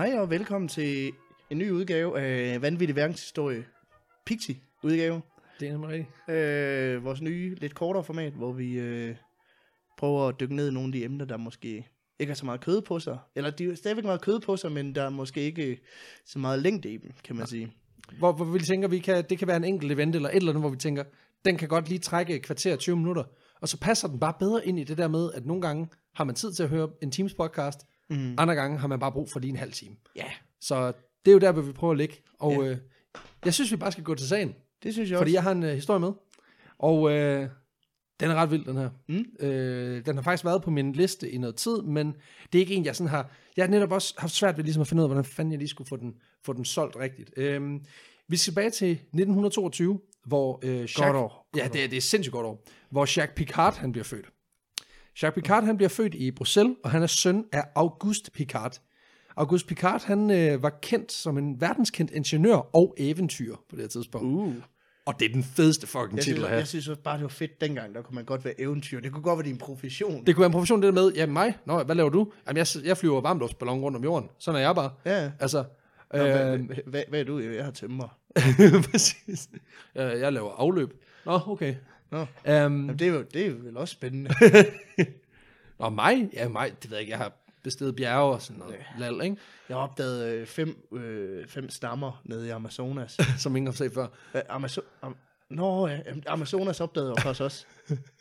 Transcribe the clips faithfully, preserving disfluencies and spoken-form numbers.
Hej og velkommen til en ny udgave af Vanvittig Verdenshistorie. Pixie-udgave. Det er nemlig rigtigt. Øh, vores nye, lidt kortere format, hvor vi øh, prøver at dykke ned i nogle af de emner, der måske ikke har så meget kød på sig. Eller de er stadigvæk meget kød på sig, men der er måske ikke så meget længde i dem, kan man ja. sige. Hvor, hvor vi tænker, vi kan, det kan være en enkelt event eller et eller andet, hvor vi tænker, den kan godt lige trække et kvarter tyve minutter. Og så passer den bare bedre ind i det der med, at nogle gange har man tid til at høre en Teams podcast. Mm. Andre gange har man bare brug for lige en halv time. Ja. Yeah. Så det er jo der, hvor vi prøver at ligge. Og Yeah. øh, jeg synes, vi bare skal gå til sagen. Det synes jeg Fordi også. jeg har en øh, historie med. Og øh, den er ret vild, den her. Mm. Øh, den har faktisk været på min liste i noget tid, men det er ikke en, jeg sådan har... Jeg har netop også haft svært ved ligesom at finde ud af, hvordan fanden jeg lige skulle få den, få den solgt rigtigt. Øh, vi skal tilbage til nitten toogtyve, hvor øh, Jacques... Godt år. Ja, det er, det er sindssygt godt år. Hvor Jacques Picard, han bliver født. Jacques Picard, han bliver født i Bruxelles, og han er søn af Auguste Picard. Auguste Picard, han øh, var kendt som en verdenskendt ingeniør og eventyr på det her tidspunkt. Uh. Og det er den fedeste fucking Jeg titel synes, her. jeg synes også bare, det var fedt dengang, der kunne man godt være eventyr. Det kunne godt være din profession. Det kunne være en profession, det der med, ja, mig, nå, hvad laver du? Jamen, jeg, jeg flyver varmluftsballon rundt om jorden. Sådan er jeg bare. Ja. Altså, Nå, øh, hvad, hvad, hvad, hvad er du? Jeg har tømmer. præcis. Jeg, jeg laver afløb. Nå, okay. Nå. Um, Jamen, det, er jo, det er jo vel også spændende. Nå, mig? Ja, mig, det ved jeg ikke. Jeg har bestedet bjerge og sådan noget. Ja. Lal, ikke? Jeg har opdaget øh, fem, øh, fem stammer nede i Amazonas. Som ingen har set før. Øh, Amazo- Am- Nå, ja. Amazonas opdagede jeg også også.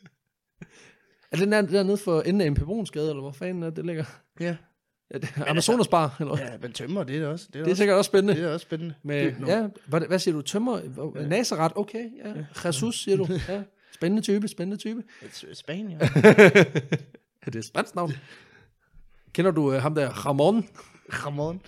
Er den der, der nede for enden af en Pebrunsgade, eller hvor fanden er det ligger? Ja. Ja, det er Amazonas bar, eller hvad? Ja, men tømmer, det er det også. Det er, Det er også, sikkert også spændende. det er også spændende. Med, det, no. ja, hvad, hvad siger du? Tømmer? Ja. Nazareth? Okay, ja. Jesus, siger du? Ja. Spændende type, spændende type. Spanien. Er det et spansk navn? Kender du uh, ham der, Ramon? Ramon.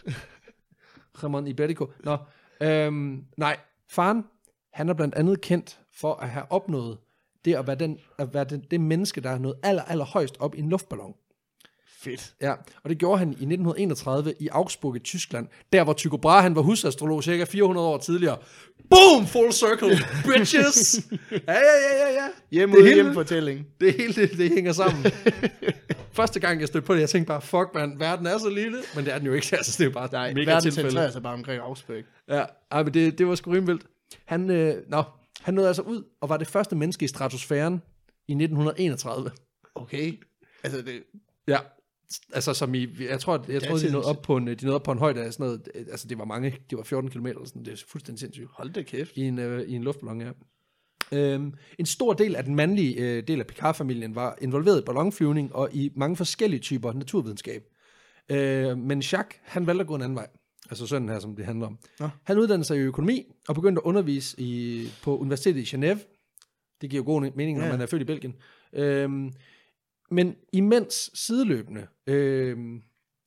Ramon Iberico. Nå, øhm, nej, faren, han er blandt andet kendt for at have opnået det at være, den, at være den, det menneske, der er nået aller, aller højst op i en luftballon. Fedt. Ja, og det gjorde han i nitten enogtredive i Augsburg i Tyskland, der hvor Tycho Brahe, han var husastrolog cirka fire hundrede år tidligere. Boom, full circle, bitches! Ja, ja, ja, ja, ja. Hjem Det ud hele- hjem fortælling. Det hele, det, det hænger sammen. Første gang, jeg stødte på det, jeg tænkte bare, fuck man, verden er så lille. Men det er den jo ikke, altså det er jo bare Nej, mega verden tilfælde. centrerer sig bare omkring Augsburg. Ja, ej, men det, det var sgu rimelig vildt. Han, øh, nå, han nåede altså ud og var det første menneske i stratosfæren i nitten enogtredive. Okay. Altså, det, Ja, altså som i, jeg tror, jeg tror de nåede op på en, de nåede op på en højde af sådan noget, altså det var mange, det var fjorten kilometer eller sådan, det er fuldstændig sindssygt. hold da kæft. I en, øh, i en luftballon, ja. Øhm, en stor del af den mandlige øh, del af Picard-familien var involveret i ballonflyvning og i mange forskellige typer naturvidenskab. Øh, men Jacques, han valgte at gå en anden vej. Altså sønnen her, som det handler om. Nå. Han uddannede sig i økonomi og begyndte at undervise i, på universitetet i Genève. Det giver jo god mening, når Ja. man er født i Belgien. Øhm, men imens sideløbende, øhm,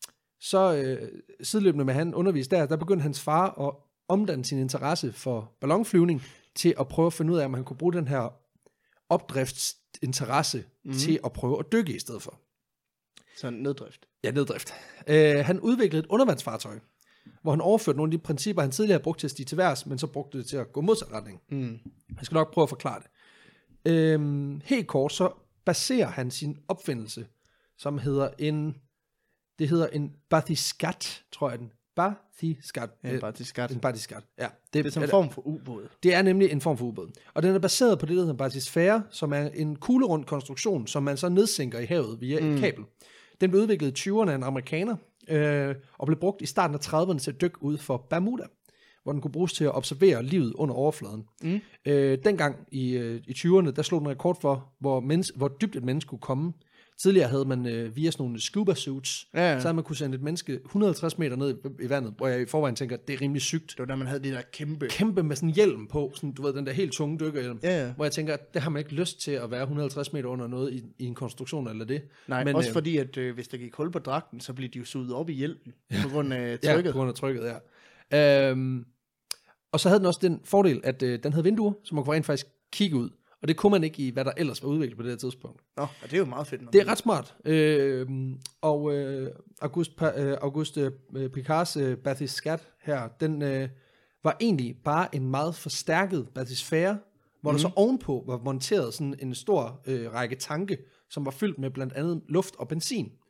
så øh, sideløbende med han underviste der, der begyndte hans far at omdanne sin interesse for ballonflyvning til at prøve at finde ud af, om han kunne bruge den her opdriftsinteresse mm. til at prøve at dykke i stedet for. Så neddrift. Ja, neddrift. Øh, han udviklede et undervandsfartøj, hvor han overførte nogle af de principper, han tidligere havde brugt til at stige til værs, men så brugte det til at gå modsat retning. Mm. Jeg skal nok prøve at forklare det. Øhm, helt kort, så baserer han sin opfindelse, som hedder en, det hedder en bathyskat, tror jeg den. Bathyskat. Ja, bare til skat. En bathyskat, ja. Det er som en form for ubåd. Det er nemlig en form for ubåd. Og den er baseret på det, der hedder en bathisfære, som er en kuglerund konstruktion, som man så nedsænker i havet via mm. et kabel. Den blev udviklet i tyverne af en amerikaner, øh, og blev brugt i starten af trediverne til at dykke ud for Bermuda, hvor den kunne bruges til at observere livet under overfladen. Mm. Øh, dengang i, øh, i tyverne, der slog den rekord for, hvor, menneske, hvor dybt et menneske kunne komme. Tidligere havde man øh, via sådan nogle scuba suits, Ja, ja. så havde man kunne sende et menneske et hundrede og halvtreds meter ned i, i vandet, hvor jeg i forvejen tænker, det er rimelig sygt. Det var da man havde det der kæmpe. Kæmpe med sådan en hjelm på, sådan, du ved, den der helt tunge dykkerhjelm, Ja, ja. hvor jeg tænker, det har man ikke lyst til at være et hundrede og halvtreds meter under noget i, i en konstruktion eller det. Nej, Men, også øh, fordi, at øh, hvis der gik hul på dragten, så blev de jo suget op i hjelmen, på grund af Ja, trykket. på grund af trykket, ja. Øhm, og så havde den også den fordel, at øh, den havde vinduer, så man kunne rent faktisk kigge ud. Og det kunne man ikke i, hvad der ellers var udviklet på det her tidspunkt. Nå, og det er jo meget fedt. Det er ret smart. Øh, og øh, Auguste, pa, øh, Auguste øh, Picards øh, bathyskat her, den øh, var egentlig bare en meget forstærket bathysfære, hvor mm. der så ovenpå var monteret sådan en stor øh, række tanke, som var fyldt med blandt andet luft og benzin.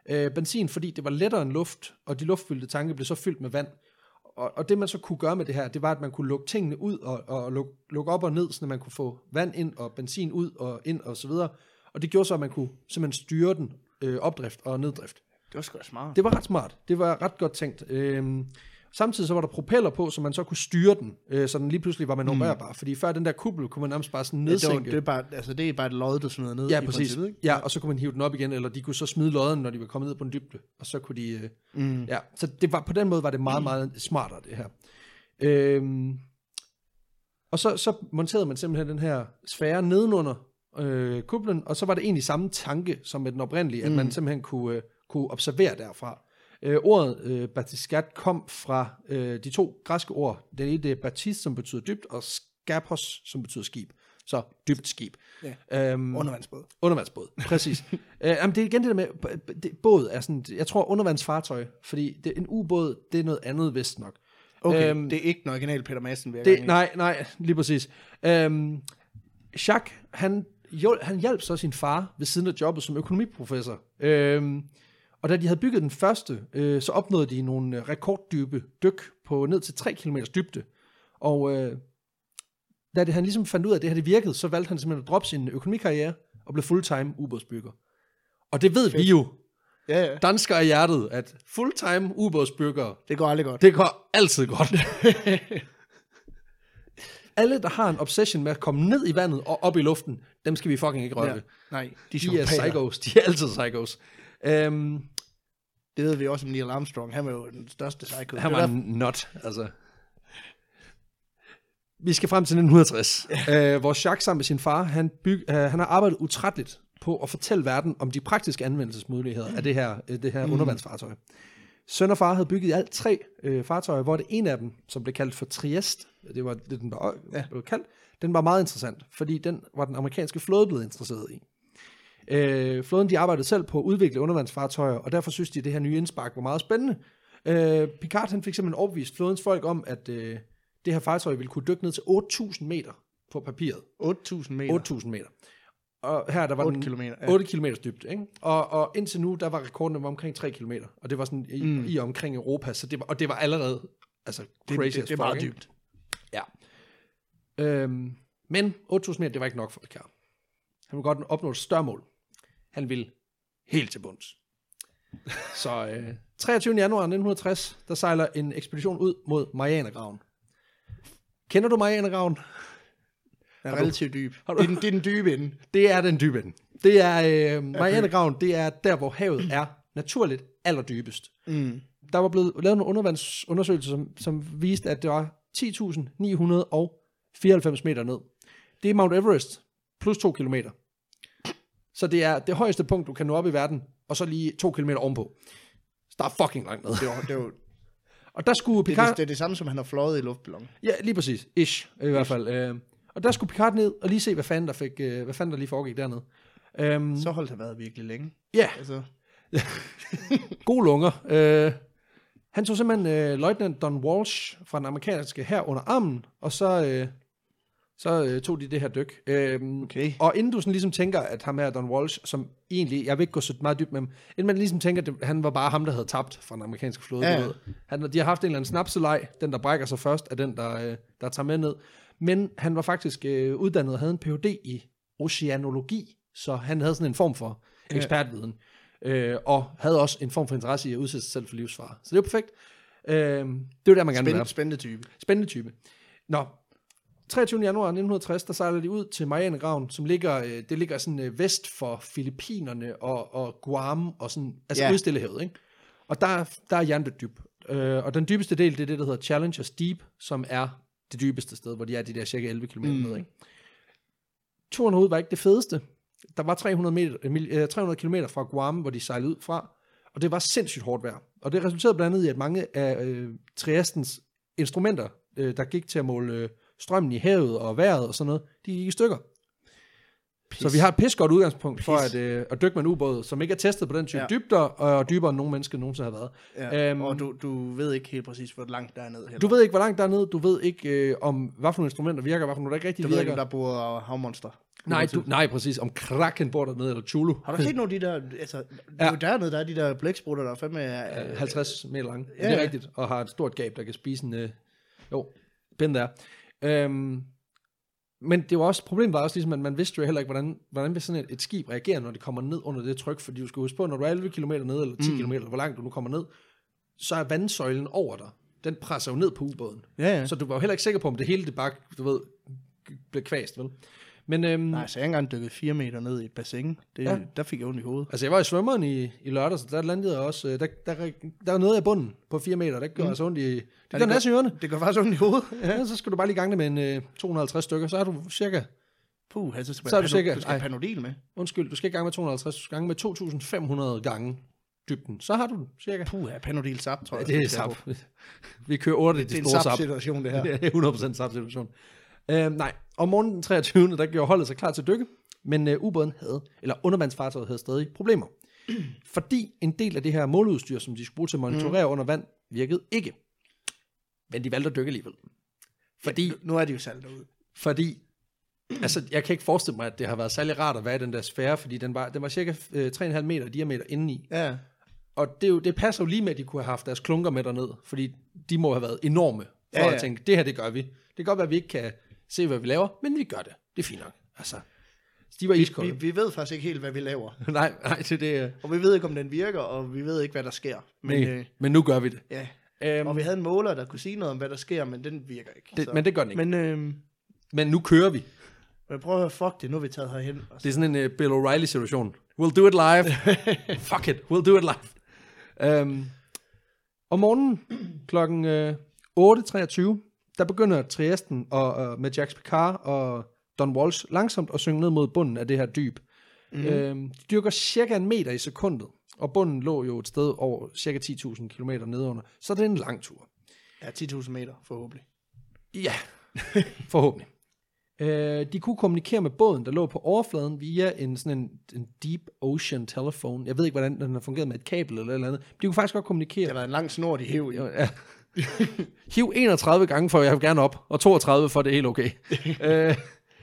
Øh, benzin, fordi det var lettere end luft, og de luftfyldte tanke blev så fyldt med vand. Og, og det man så kunne gøre med det her, det var, at man kunne lukke tingene ud, og, og lukke, lukke op og ned, så man kunne få vand ind, og benzin ud, og ind, og så videre. Og det gjorde så, at man kunne simpelthen styre den øh, opdrift og neddrift. Det var sgu da smart. Det var ret smart. Det var ret godt tænkt. Øhm, samtidig så var der propeller på, så man så kunne styre den, øh, så den lige pludselig var manøvrerbar. Mm. Fordi før den der kuppel kunne man nærmest bare sådan nedsænke. Ja, det, var, det, er bare, altså det er bare et lod, der smider ned. Ja, i præcis. Ikke? Ja, og så kunne man hive den op igen, eller de kunne så smide lodden, når de var kommet ned på en dybde. Og så kunne de... Øh, mm. Ja, så det var, på den måde var det meget, meget smartere, det her. Øhm, og så, så monterede man simpelthen den her sfære nedenunder øh, kuplen, og så var det egentlig samme tanke som med den oprindelige, at mm. man simpelthen kunne, øh, kunne observere derfra. Øh, ordet øh, batiskat kom fra øh, de to græske ord. Det ene det er batis, som betyder dybt, og skapos, som betyder skib. Så dybt skib. Ja. Øhm, Undervandsbåd. Undervandsbåd, præcis. øh, jamen, det er igen det der med, det, båd er sådan, jeg tror undervandsfartøj, fordi det, en ubåd, det er noget andet vist nok. Okay, øhm, det er ikke den originale Peter Madsen. Det, nej, nej, lige præcis. Øhm, Jacques, han, jo, han hjalp så sin far ved siden af jobbet som økonomiprofessor. Øhm, og da de havde bygget den første, øh, så opnåede de nogle rekorddybe dyk på ned til tre kilometer dybde. Og øh, da det, han ligesom fandt ud af, at det her det virkede, så valgte han simpelthen at droppe sin økonomikarriere og blev fulltime ubådsbygger. Og det ved Fedt. vi jo. Ja, ja. Danskere i hjertet, at fulltime ubådsbyggere, det går aldrig godt. Det går altid godt. Alle, der har en obsession med at komme ned i vandet og op i luften, dem skal vi fucking ikke røre. Ja. Nej, de, de er psychos. De er altid psychos. Um, det ved vi også om Neil Armstrong. Han var jo den største psycho. Han var en not, altså. Vi skal frem til nitten tres, ja. uh, hvor Jacques sammen med sin far, han, byg, uh, han har arbejdet utrætteligt på at fortælle verden om de praktiske anvendelsesmuligheder af det her, det her mm. undervandsfartøj. Søn og far havde bygget i alt tre øh, fartøjer, hvor det en af dem, som blev kaldt for Trieste, det var det, den var, ja. blev kaldt, den var meget interessant, fordi den var den amerikanske flåde blevet interesseret i. Øh, flåden, de arbejdede selv på at udvikle undervandsfartøjer, og derfor synes de, at det her nye indspark var meget spændende. Øh, Picard, han fik simpelthen overbevist flådens folk om, at øh, det her fartøj ville kunne dykke ned til otte tusind meter på papiret. otte tusind meter? otte tusind meter. Og her der var otte den kilometer, ja. otte kilometer dybt, ikke? Og, og indtil nu, der var rekorden var omkring tre kilometer, og det var sådan i, mm. i omkring Europa, så det var, og det var allerede altså crazy. Det, det, det er meget dybt. Ja. Øhm, men otte tusind meter, det var ikke nok for Picard. Han ville godt opnå et større mål. Han ville helt til bunds. Så øh, treogtyvende januar nitten tres, der sejler en ekspedition ud mod Marianergraven. Kender du Marianergraven? Den er relativt dyb. Det er, den, det er den dybe ende. Det er den dybe ende. Det er, øh, Marianergraven, det er der, hvor havet er naturligt allerdybest. Mm. Der var blevet lavet en undervandsundersøgelse, som, som viste, at det var ti tusind ni hundrede fireoghalvfems meter ned. Det er Mount Everest plus to kilometer. Så det er det højeste punkt, du kan nå op i verden, og så lige to kilometer ovenpå. Så der er fucking langt ned. Det var, det var, og der skulle Picard... Det er det, det er det samme, som han har fløjet i luftballon. Ja, lige præcis. Ish, i hvert fald. Øh, og der skulle Picard ned og lige se, hvad fanden der, fik, øh, hvad fanden der lige foregik dernede. Um, så holdt han været virkelig længe. Ja. Altså. Gode lunger. Uh, han tog simpelthen uh, løjtnant Don Walsh fra den amerikanske hær under armen, og så, uh, så uh, tog de det her dyk. Uh, okay. Og inden du sådan ligesom tænker, at ham her, Don Walsh, som egentlig, jeg vil ikke gå så meget dybt med ham, inden man ligesom tænker, at det, han var bare ham, der havde tabt fra den amerikanske flåde. Ja. Han, de har haft en eller anden snapselej, den der brækker sig først, er den, der, uh, der tager med ned. Men han var faktisk uh, uddannet og havde en P H D i oceanologi, så han havde sådan en form for ekspertviden, ja. øh, og havde også en form for interesse i at udsætte sig selv for livsfare. Så det var perfekt. Øh, det var der, man gerne ville være. Spændende type. Spændende type. Nå, treogtyvende januar nitten tres, der sejler de ud til Marianergraven, som ligger, øh, det ligger sådan øh, vest for Filippinerne og, og Guam, og sådan, altså ja. Ude i Stillehavet, ikke? Og der, der er jerndødt dyb. Øh, og den dybeste del, det er det, der hedder Challenger's Deep, som er det dybeste sted, hvor de er de der cirka elleve kilometer mm. ned, ikke? Turen ud var ikke det fedeste. Der var tre hundrede, meter, tre hundrede kilometer fra Guam, hvor de sejlede ud fra, og det var sindssygt hårdt vejr. Og det resulterede blandt andet i, at mange af øh, Triestens instrumenter, øh, der gik til at måle øh, strømmen i havet og vejret og sådan noget, de gik i stykker. Pis. Så vi har et pis godt udgangspunkt Pis. for at, øh, at dykke med en ubåd, som ikke er testet på den type ja. dybder, og dybere end nogen mennesker nogensinde har været. Ja. Øhm, og du, du ved ikke helt præcis, hvor langt der er ned. Heller. Du ved ikke, hvor langt der er ned. Du ved ikke, øh, om hvad for nogle instrumenter virker, hvad for nogle der ikke rigtig du virker. Du ved ikke, om der bor havmonster. Nej, du, nej, præcis. Om Kraken bor dernede, eller Chulu. Har du set nogle af de der, altså, ja. dernede, der er de der blæksprutter, der er fandme... Øh, halvtreds meter lange. Ja. Det er rigtigt. Og har et stort gab, der kan spise en... Øh, jo, bind der. Øhm, men det var også, problemet var også ligesom, at man vidste jo heller ikke, hvordan, hvordan vil sådan et, et skib reagere, når det kommer ned under det tryk, fordi du skal huske på, når du er elleve kilometer ned, eller ti mm. kilometer, hvor langt du nu kommer ned, så er vandsøjlen over dig. Den presser jo ned på ubåden. Ja, ja. Så du var jo heller ikke sikker på, om det hele det bare, du ved, blev kvæst, vel? Men, øhm, Nej, så jeg engang dykket fire meter ned i et bassin. Det, ja. Der fik jeg ondt i hovedet. Altså, jeg var i svømmeren i, i lørdag, så der landede jeg også, der, der, der, der var noget af bunden på fire meter, der gør mm. altså ondt i, det ja, gør næsten i ørerne. Det gør faktisk ondt i hovedet. Ja. Ja, så skal du bare lige gange det med en øh, to hundrede og halvtreds stykker, så er du cirka... Puh, altså, så er du cirka... Du skal have Panodil med. Undskyld, du skal ikke gange med to hundrede og halvtreds, du skal gange med to tusind fem hundrede gange dybden. Så har du den cirka. Puh, ja, Panodil sap, tror jeg. Ja, det er sap. Vi kører otte i de store sap. Det er en sap-situation, det her. Det er hundrede procent sap-situation. Uh, nej, om morgenen den treogtyvende der gjorde holdet sig klar til at dykke, men uh, ubåden havde, eller undervandsfartøjet havde stadig problemer. Fordi en del af det her måleudstyr, som de skulle bruge til at monitorere mm. under vand, virkede ikke. Men de valgte at dykke alligevel. Fordi, ja, nu er de jo salt derude. Fordi, altså jeg kan ikke forestille mig, at det har været særlig rart at være i den der sfære, fordi den var, den var cirka uh, tre komma fem meter i diameter indeni. Ja. Og det, jo, det passer jo lige med, at de kunne have haft deres klunker med derned, fordi de må have været enorme, for ja, ja. at tænke, det her det gør vi. Det kan godt være, at vi ikke kan se, hvad vi laver, men vi gør det. Det er fint nok. Altså, de var iskolde. Vi, vi ved faktisk ikke helt, hvad vi laver. nej, nej, det det. Og vi ved ikke, om den virker, og vi ved ikke, hvad der sker. Men, nej, øh, men nu gør vi det. Ja. Um, og vi havde en måler, der kunne sige noget om, hvad der sker, men den virker ikke. Det, men det gør den ikke. Men, øh, men nu kører vi. Jeg prøver at høre, fuck det, nu er vi taget herhen. Det er sådan en uh, Bill O'Reilly-situation. We'll do it live. Fuck it, we'll do it live. Um, om morgenen klokken uh, otte treogtyve der begynder Trieste og, uh, med Jacques Picard og Don Walsh langsomt at synge ned mod bunden af det her dyb. Mm. Øhm, de dyrker cirka en meter i sekundet, og bunden lå jo et sted over cirka ti tusind kilometer nedenunder. Så det er en lang tur. Ja, ti tusind meter, forhåbentlig. Ja, forhåbentlig. Øh, de kunne kommunikere med båden, der lå på overfladen via en sådan en, en deep ocean telephone. Jeg ved ikke, hvordan den har fungeret med et kabel eller eller andet. De kunne faktisk godt kommunikere. Det var en lang snor, de hæv i. Ja. Hiv enogtredive gange, for jeg vil gerne op, og toogtredive, for det er helt okay. øh,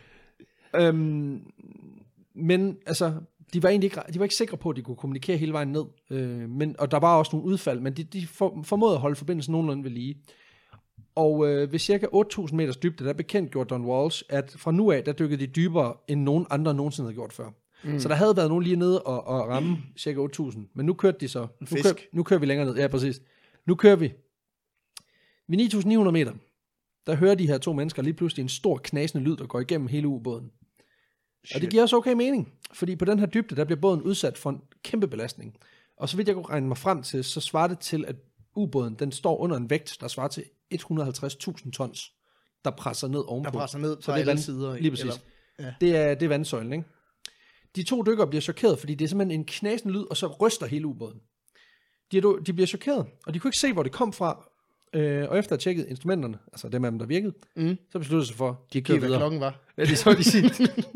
øhm, men altså, de var egentlig ikke, de var ikke sikre på, at de kunne kommunikere hele vejen ned. Øh, men, og der var også nogle udfald, men de, de for, formåede at holde forbindelsen nogenlunde ved lige. Og øh, ved cirka otte tusind meters dybde, der bekendtgjorde Don Walsh, at fra nu af, der dykkede de dybere, end nogen andre nogensinde havde gjort før. Mm. Så der havde været nogen lige nede og, og ramme mm. cirka otte tusind, men nu kørte de så. Nu kører, nu kører vi længere ned, ja præcis. Nu kører vi. Ved ni tusind ni hundrede meter, der hører de her to mennesker lige pludselig en stor knasende lyd, der går igennem hele ubåden. Shit. Og det giver også okay mening, fordi på den her dybde, der bliver båden udsat for en kæmpe belastning. Og så vidt jeg kunne regne mig frem til, så svarer det til, at ubåden, den står under en vægt, der svarer til et hundrede og halvtreds tusind tons, der presser ned ovenpå. Der presser ned på så det er alle vand, sider. Lige præcis. Eller, ja. det, er, det er vandsøjlen, ikke? De to dykkere bliver chokeret, fordi det er simpelthen en knasende lyd, og så ryster hele ubåden. De, er, de bliver chokeret, og de kunne ikke se, hvor det kom fra. Øh, og efter at have tjekket instrumenterne, altså dem af dem, der virkede, mm. så besluttede de sig for, at de kørte videre. Klokken var. Ja, de så de sige.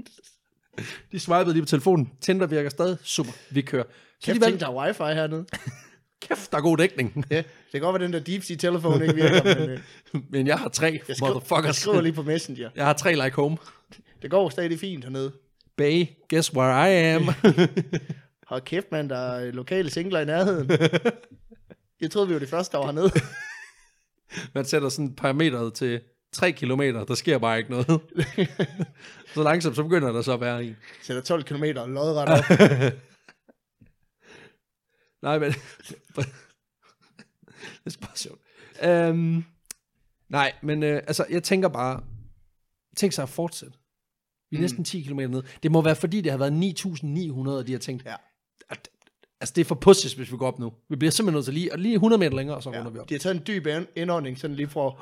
De swipede lige på telefonen. Tinder virker stadig. Super, vi kører. Så Kæft, de valgte... tænk, der er wifi hernede. Kæft, der er god dækning. Ja, det kan godt være, den der deep sea telefon ikke virker, men... Øh... men jeg har tre, jeg skriver, motherfuckers. Jeg skriver lige på Messenger. Jeg har tre like home. Det går stadig fint hernede. Bay, guess where I am. Hold kæft, mand, der er lokale singler i nærheden. Jeg troede, vi var de første, der var hernede. Man sætter sådan parametret til tre kilometer, der sker bare ikke noget. Så langsomt, så begynder der så at være en. Sætter tolv kilometer lodret op. Nej, men... det er bare sjovt. Um, nej, men uh, altså, jeg tænker bare... Tænk sig at fortsætte. Vi er mm. næsten ti kilometer ned. Det må være, fordi det har været ni tusind ni hundrede, og de har tænkt... Ja. At, altså, det er for pussies, hvis vi går op nu. Vi bliver simpelthen nødt til lige, lige hundrede meter længere, og så ja. runder vi op. De har taget en dyb indånding, sådan lige fra...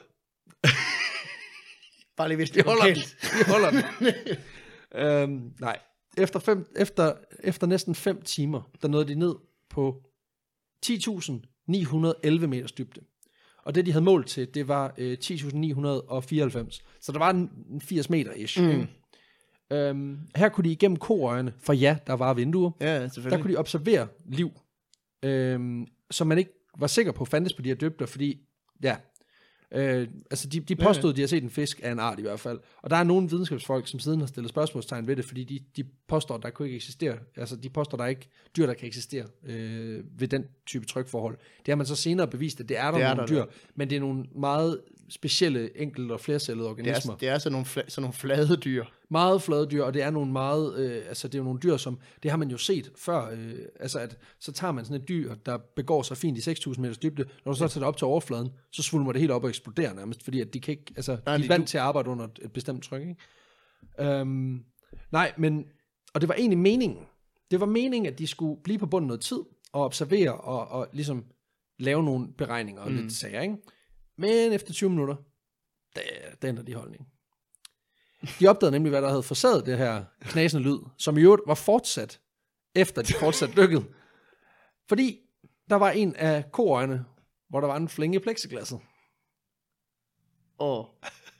Bare lige hvis det er lokalt. De holder den. um, nej. Efter, fem, efter, efter næsten fem timer, der nåede de ned på ti tusind ni hundrede og elleve meters dybde. Og det, de havde målt til, det var øh, ti tusind ni hundrede og fireoghalvfems. Så der var en, en firs meter-ish. Mm. Øhm, her kunne de igennem koøjene, for ja, der var vinduer, Ja, selvfølgelig. der kunne de observere liv, øhm, som man ikke var sikker på fandtes på de her dybder, fordi, ja, øh, altså de, de påstod, ja, ja. de har set en fisk af en art i hvert fald, og der er nogle videnskabsfolk, som siden har stillet spørgsmålstegn ved det, fordi de, de påstår, at der kunne ikke eksistere, altså de påstår, at der er ikke dyr, der kan eksistere øh, ved den type trykforhold. Det har man så senere bevist, at det er der det er nogle der, dyr, der. Men det er nogle meget specielle, enkelte og flercellede organismer. Det er, det er sådan nogle, fla, sådan nogle flade dyr. Meget flade dyr, og det er nogle meget, øh, altså det er jo nogle dyr, som, det har man jo set før, øh, altså at så tager man sådan et dyr, der begår sig fint i seks tusind meters dybde, når du så tager det op til overfladen, så svulmer det helt op og eksploderer nærmest, fordi at de kan ikke, altså nej, de er vant du... til at arbejde under et bestemt tryk, ikke? Øhm, nej, men, og det var egentlig meningen, det var meningen, at de skulle blive på bunden noget tid, og observere, og, og ligesom lave nogle beregninger og mm. lidt sager, ikke? Men efter tyve minutter, der, der ændrer de holdning. De opdagede nemlig, hvad der havde forsaget det her knasende lyd, som i øvrigt var fortsat, efter de fortsat dykkede. Fordi der var en af koøjene, hvor der var en flænge i plexiglasset. Åh. Oh.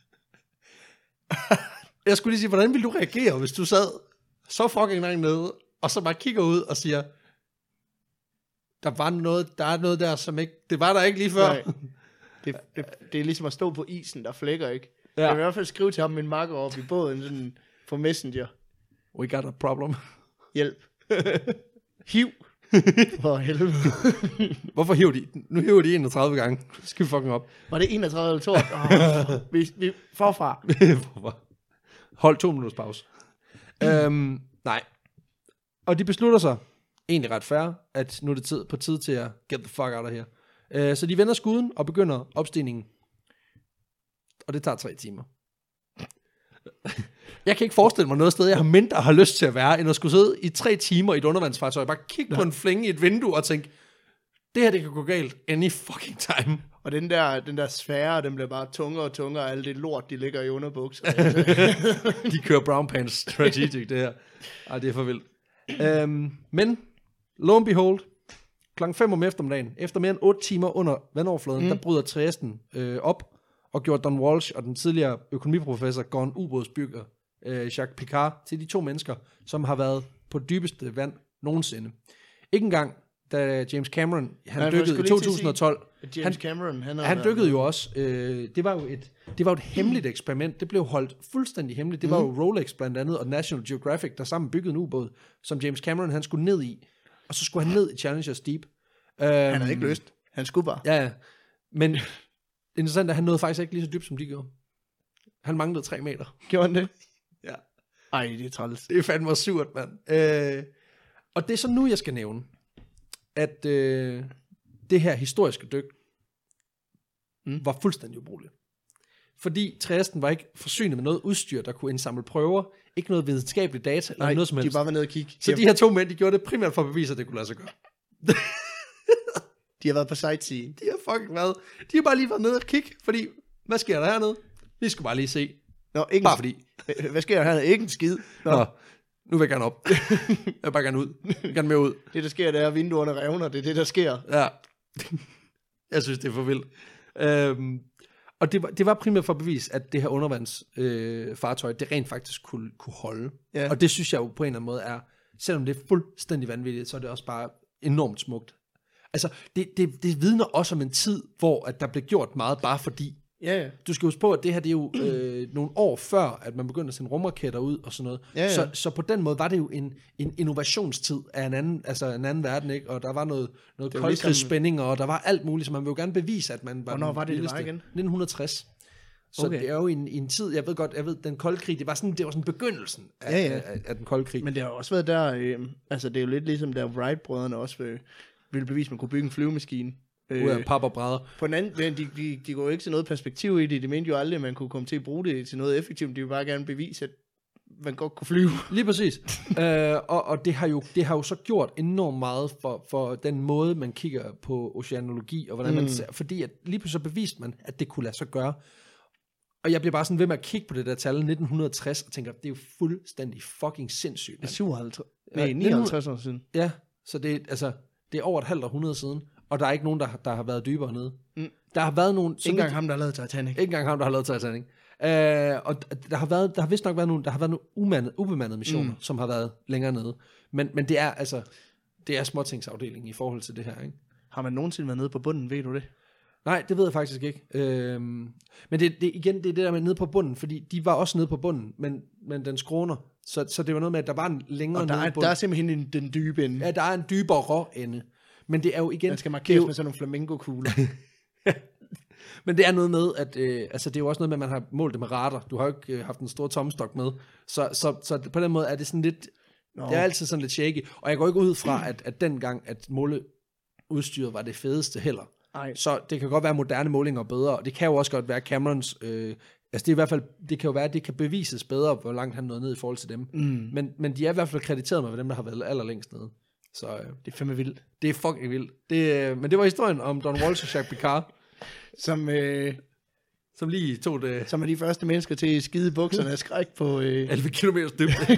Jeg skulle lige sige, hvordan ville du reagere, hvis du sad så fucking langt nede, og så bare kigger ud og siger, der var noget, der er noget der, som ikke, det var der ikke lige før. Nej. Det, det, det er ligesom at stå på isen, der flækker ikke. Ja. Jeg vil i hvert fald skrive til ham, min makker op i båden, sådan på Messenger. We got a problem. Hjælp. Hiv. For helvede. Hvorfor hiver de? Nu hiver de enogtredive gange. Skal vi fucking op. Var det enogtredive eller to? Oh, vi, vi, forfra. Hold to minutters pause. øhm, nej. Og de beslutter sig, egentlig ret fair, at nu er det tid, på tid til at get the fuck out of here. Uh, så de vender skuden og begynder opstigningen. Og det tager tre timer. Jeg kan ikke forestille mig noget sted, jeg har mindre har lyst til at være, end at skulle sidde i tre timer i et undervandsfartøj, og bare kigge på en flænge i et vindue og tænke, det her, det kan gå galt any fucking time. Og den der, den der sfære, den bliver bare tungere og tungere, og alt det lort, de ligger i underbukser. De kører brown pants strategic, det her. Ej, det er for vildt. Um, men, lo and behold, klokken fem om eftermiddagen, efter mere end otte timer under vandoverfladen, mm. der bryder Trieste øh, op, og gjorde Don Walsh og den tidligere økonomiprofessor Gordon ubådsbygger øh, Jacques Picard til de to mennesker, som har været på dybeste vand nogensinde. Ikke engang, da James Cameron, han Nej, dykkede i to tusind og tolv, James han, Cameron, han, han dykkede jo også, øh, det var jo et, det var jo et hemmeligt eksperiment, det blev holdt fuldstændig hemmeligt, det var jo Rolex blandt andet, og National Geographic, der sammen byggede en ubåd, som James Cameron, han skulle ned i, og så skulle han ned i Challenger's Deep. Um, han havde ikke lyst, han skulle bare. Ja, men interessant, at han nåede faktisk ikke lige så dybt, som de gjorde. Han manglede tre meter. Gjorde han det? Ja. Ej, det er træls. Det er fandme surt, mand. Øh, og det er så nu, jeg skal nævne, at øh, det her historiske dyk mm. var fuldstændig ubrugeligt. Fordi Trieste var ikke forsynet med noget udstyr, der kunne indsamle prøver, ikke noget videnskabeligt data, eller Nej, noget som helst. de bare var nede og kigge. Så de her to mænd, de gjorde det primært for at bevise, at det kunne lade sig gøre. De har været på sightseeing. De har fucking været. De har bare lige været nede og kigge, fordi, hvad sker der hernede? Vi skal bare lige se. Nå, ikke bare fordi. Hvad sker der hernede? Ikke en skid. Nå. Nå, nu vil jeg gerne op. Jeg vil bare gerne ud. Jeg vil gerne med ud. Det, der sker, det er, at vinduerne revner. Det er det, der sker. Ja. Jeg synes, det er for vildt. Øhm, og det var, det var primært for at bevise, at det her undervandsfartøj, øh, det rent faktisk kunne, kunne holde. Ja. Og det synes jeg jo på en eller anden måde er, selvom det er fuldstændig vanvittigt, så er det også bare enormt smukt. Altså, det, det, det vidner også om en tid, hvor at der blev gjort meget bare fordi. Ja, ja. Du skal huske på, at det her det er jo øh, nogle år før, at man begyndte at sende rumraketter ud og sådan noget. Ja, ja. Så, så på den måde var det jo en, en innovationstid af en anden, altså en anden verden, ikke? Og der var noget, noget koldkrigsspænding, ligesom... og der var alt muligt, så man vil jo gerne bevise, at man var. Hvornår var det, det var igen? nitten tres. Så okay. Det er jo en, en tid, jeg ved godt, jeg ved, den kolde krig, det var sådan, det var sådan begyndelsen af, ja, ja. Af, af den kolde krig. Men det har også været der, øh, altså det er jo lidt ligesom der Wright-brødrene også øh, ville bevise, at man kunne bygge en flyvemaskine. Øh, Ud af pap og brædder. På den anden, de, de, de går jo ikke til noget perspektiv i det, de mente jo aldrig, at man kunne komme til at bruge det til noget effektivt, de vil bare gerne bevise, at man godt kunne flyve. Lige præcis. øh, og og det, har jo, det har jo så gjort enormt meget for, for den måde, man kigger på oceanologi, og hvordan mm. man ser, fordi at lige pludselig så beviste man, at det kunne lade sig gøre. Og jeg bliver bare sådan ved med at kigge på det der tal nitten tres, og tænker, det er jo fuldstændig fucking sindssygt. Det er syvoghalvtreds, nej, nioghalvtreds år siden. Ja, så det, altså, det er over et halvt århundrede siden, og der er ikke nogen, der, der har været dybere nede. Mm. Der har været nogen... Ikke engang ham, der har lavet Titanic. Ikke engang ham, der har lavet Titanic. Uh, og der har været, der har vist nok været nogle, der har været nogle umandede, ubemandede missioner, mm. som har været længere nede. Men, men det er altså, det er småtingsafdelingen i forhold til det her, ikke? Har man nogensinde været nede på bunden, ved du det? Nej, det ved jeg faktisk ikke. Øhm, men det, det, igen, det er det der med nede på bunden, fordi de var også nede på bunden, men, men den skråner. Så, så det var noget med, at der var en længere og der nede er, bund. der er simpelthen en, den dybe ende. Ja, der er en dybere ende. Men det er jo igen... Den skal markeres jo, med sådan nogle flamingo-kugler. men det er noget med, at øh, altså, det er jo også noget med, at man har målt det med radar. Du har jo ikke øh, haft en stor tommestok med. Så, så, så på den måde er det sådan lidt... Nå. Det er altid sådan lidt shaky. Og jeg går ikke ud fra, at, at dengang, at måleudstyret var det fedeste heller. Ej. Så det kan godt være moderne målinger bedre, og det kan jo også godt være Camerons, øh, altså det er i hvert fald, det kan jo være, at det kan bevises bedre, hvor langt han nåede ned i forhold til dem. Mm. Men, men de er i hvert fald krediteret med dem, der har været allerlængst nede. Så øh, det er fandme vildt. Det er fucking vildt. Det, øh, men det var historien om Don Walsh og Jacques Picard. som, øh, som lige tog det... Som er de første mennesker til at skide bukserne af skræk på... Øh... elleve kilometer dybde.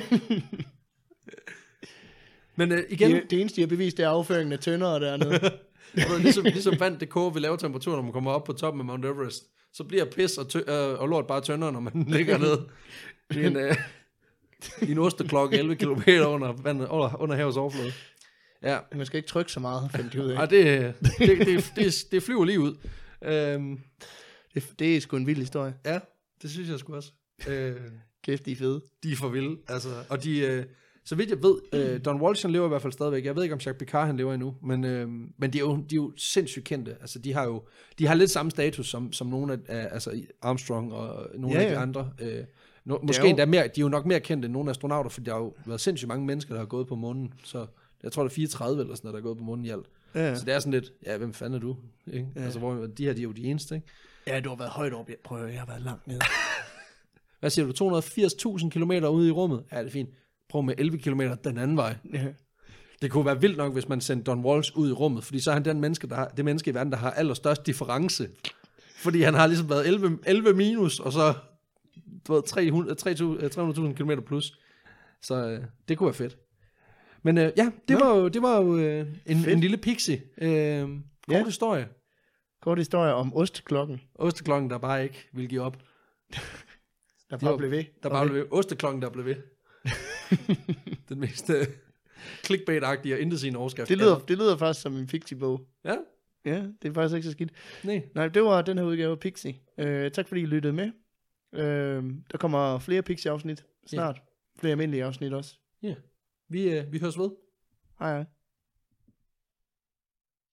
Men øh, igen... Det, det eneste, de har bevist, det er afføringen af tønder dernede. ligesom, ligesom vand punktum d k vil lave temperatur, når man kommer op på toppen af Mount Everest. Så bliver pis og, tø- øh, og lort bare tyndere, når man ligger ned i en, øh, i en osteklokke elleve kilometer under, vandet, under, under havets overflade. Ja. Man skal ikke trykke så meget, fandt de ud af. Ej, det, det, det, det, det flyver lige ud. Øhm, det, det er sgu en vild historie. Ja, det synes jeg sgu også. Øh, Kæft, de er fede. De er for vilde, altså. Og de... Øh, så vidt jeg ved, øh, Don Walsh han lever i hvert fald stadigvæk. Jeg ved ikke, om Jacques Picard han lever endnu, men, øh, men de, er jo, de er jo sindssygt kendte. Altså, de har jo de har lidt samme status som, som nogle af altså Armstrong og nogle ja, af de ja. andre. Øh, no, måske endda mere, de er jo nok mere kendte end nogle astronauter, for der har jo været sindssygt mange mennesker, der har gået på månen. Så jeg tror, der er fireogtredive eller sådan noget, der er gået på månen i alt. Ja, ja. Så det er sådan lidt, ja, hvem fanden er du? Ikke? Ja. Altså, hvor, de her, de er jo de eneste, ikke? Ja, du har været højt op. Prøv at jeg har været langt nede. Hvad siger du? to hundrede og firs tusind kilometer ude i rummet? Ja, det er fint. Prøv med elleve kilometer den anden vej. Ja. Det kunne være vildt nok, hvis man sendte Don Walsh ud i rummet, fordi så er han den menneske, der har, det menneske i verden, der har allerstørst difference. Fordi han har ligesom været elleve, elleve minus, og så du ved, tre hundrede tusind kilometer plus. Så øh, det kunne være fedt. Men øh, ja, det ja. var jo, det var jo øh, en, en lille pixie. Øh, kort ja. historie. Kort historie om osteklokken. Osteklokken, der bare ikke vil give op. Der bare blev ved. Der bare blev ved. Osteklokken, der blev ved. Den mest uh, clickbait-agtige og intetsigende overskrift. Det lyder, det lyder faktisk som en Pixie-bog. Ja. Ja, det er faktisk ikke så skidt. Nej. Nej, det var den her udgave af Pixie. Uh, tak fordi I lyttede med. Uh, der kommer flere Pixie-afsnit snart. Yeah. Flere almindelige afsnit også. Ja. Yeah. Vi, uh, vi høres ved. Hej hej.